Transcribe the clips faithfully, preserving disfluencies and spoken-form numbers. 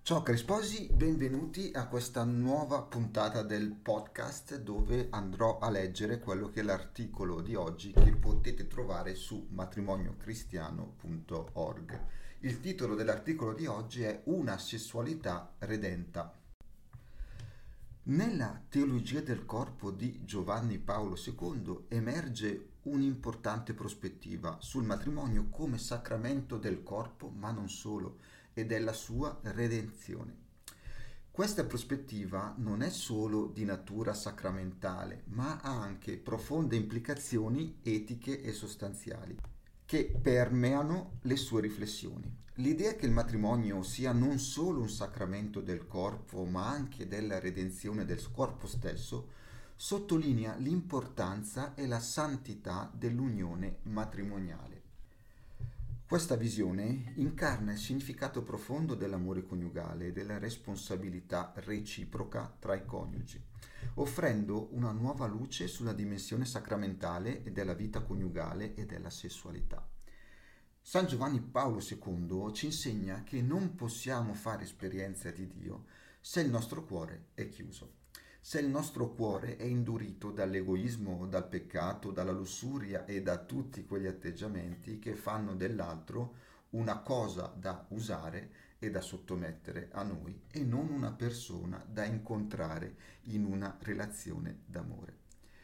Ciao cari sposi, benvenuti a questa nuova puntata del podcast dove andrò a leggere quello che è l'articolo di oggi che potete trovare su matrimonio cristiano punto org. Il titolo dell'articolo di oggi è Una sessualità redenta. Nella teologia del corpo di Giovanni Paolo secondo emerge un'importante prospettiva sul matrimonio come sacramento del corpo, ma non solo, e della sua redenzione. Questa prospettiva non è solo di natura sacramentale, ma ha anche profonde implicazioni etiche e sostanziali che permeano le sue riflessioni. L'idea che il matrimonio sia non solo un sacramento del corpo, ma anche della redenzione del corpo stesso, sottolinea l'importanza e la santità dell'unione matrimoniale. Questa visione incarna il significato profondo dell'amore coniugale e della responsabilità reciproca tra i coniugi, offrendo una nuova luce sulla dimensione sacramentale della vita coniugale e della sessualità. San Giovanni Paolo secondo ci insegna che non possiamo fare esperienza di Dio se il nostro cuore è chiuso. Se il nostro cuore è indurito dall'egoismo, dal peccato, dalla lussuria e da tutti quegli atteggiamenti che fanno dell'altro una cosa da usare e da sottomettere a noi e non una persona da incontrare in una relazione d'amore.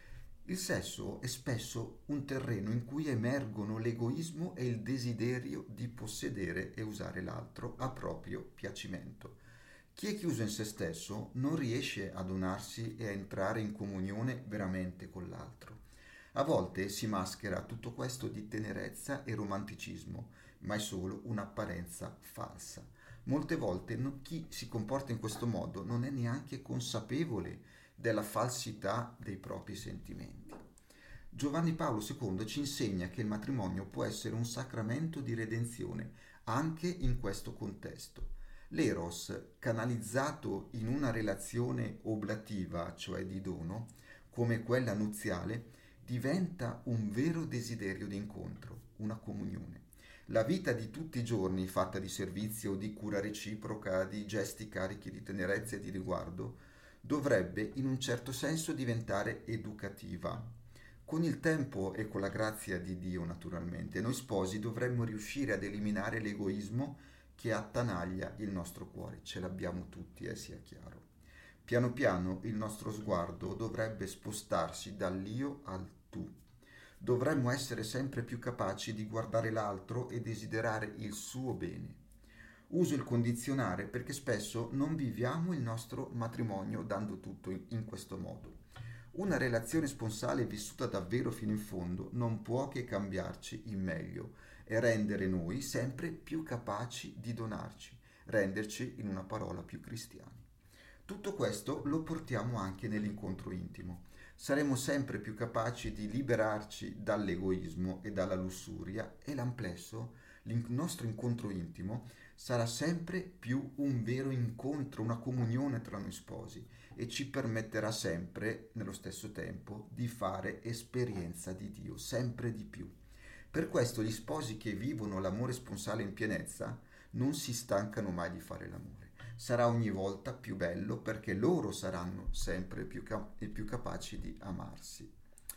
Il sesso è spesso un terreno in cui emergono l'egoismo e il desiderio di possedere e usare l'altro a proprio piacimento. Chi è chiuso in se stesso non riesce a donarsi e a entrare in comunione veramente con l'altro. A volte si maschera tutto questo di tenerezza e romanticismo, ma è solo un'apparenza falsa. Molte volte chi si comporta in questo modo non è neanche consapevole della falsità dei propri sentimenti. Giovanni Paolo secondo ci insegna che il matrimonio può essere un sacramento di redenzione anche in questo contesto. L'eros, canalizzato in una relazione oblativa, cioè di dono, come quella nuziale, diventa un vero desiderio di incontro, una comunione. La vita di tutti i giorni, fatta di servizio, di cura reciproca, di gesti carichi di tenerezza e di riguardo, dovrebbe in un certo senso diventare educativa. Con il tempo e con la grazia di Dio, naturalmente, noi sposi dovremmo riuscire ad eliminare l'egoismo che attanaglia il nostro cuore. Ce l'abbiamo tutti, eh, sia chiaro. Piano piano il nostro sguardo dovrebbe spostarsi dall'io al tu. Dovremmo essere sempre più capaci di guardare l'altro e desiderare il suo bene. Uso il condizionale perché spesso non viviamo il nostro matrimonio dando tutto in questo modo. Una relazione sponsale vissuta davvero fino in fondo non può che cambiarci in meglio e rendere noi sempre più capaci di donarci, renderci, in una parola, più cristiani. Tutto questo lo portiamo anche nell'incontro intimo. Saremo sempre più capaci di liberarci dall'egoismo e dalla lussuria e l'amplesso, il nostro incontro intimo, sarà sempre più un vero incontro, una comunione tra noi sposi e ci permetterà sempre, nello stesso tempo, di fare esperienza di Dio, sempre di più. Per questo gli sposi che vivono l'amore sponsale in pienezza non si stancano mai di fare l'amore. Sarà ogni volta più bello perché loro saranno sempre più, cap- più capaci di amarsi.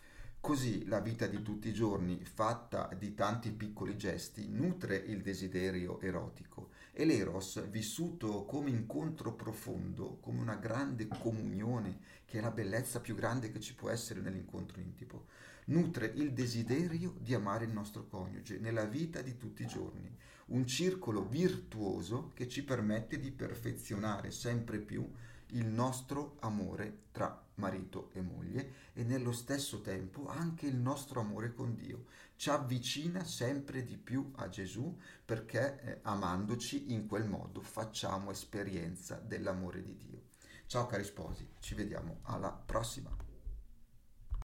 Così la vita di tutti i giorni, fatta di tanti piccoli gesti, nutre il desiderio erotico e l'eros, vissuto come incontro profondo, come una grande comunione, che è la bellezza più grande che ci può essere nell'incontro intimo, nutre il desiderio di amare il nostro coniuge nella vita di tutti i giorni, un circolo virtuoso che ci permette di perfezionare sempre più il nostro amore tra marito e moglie e nello stesso tempo anche il nostro amore con Dio. Ci avvicina sempre di più a Gesù perché eh, amandoci in quel modo facciamo esperienza dell'amore di Dio. Ciao cari sposi, ci vediamo alla prossima.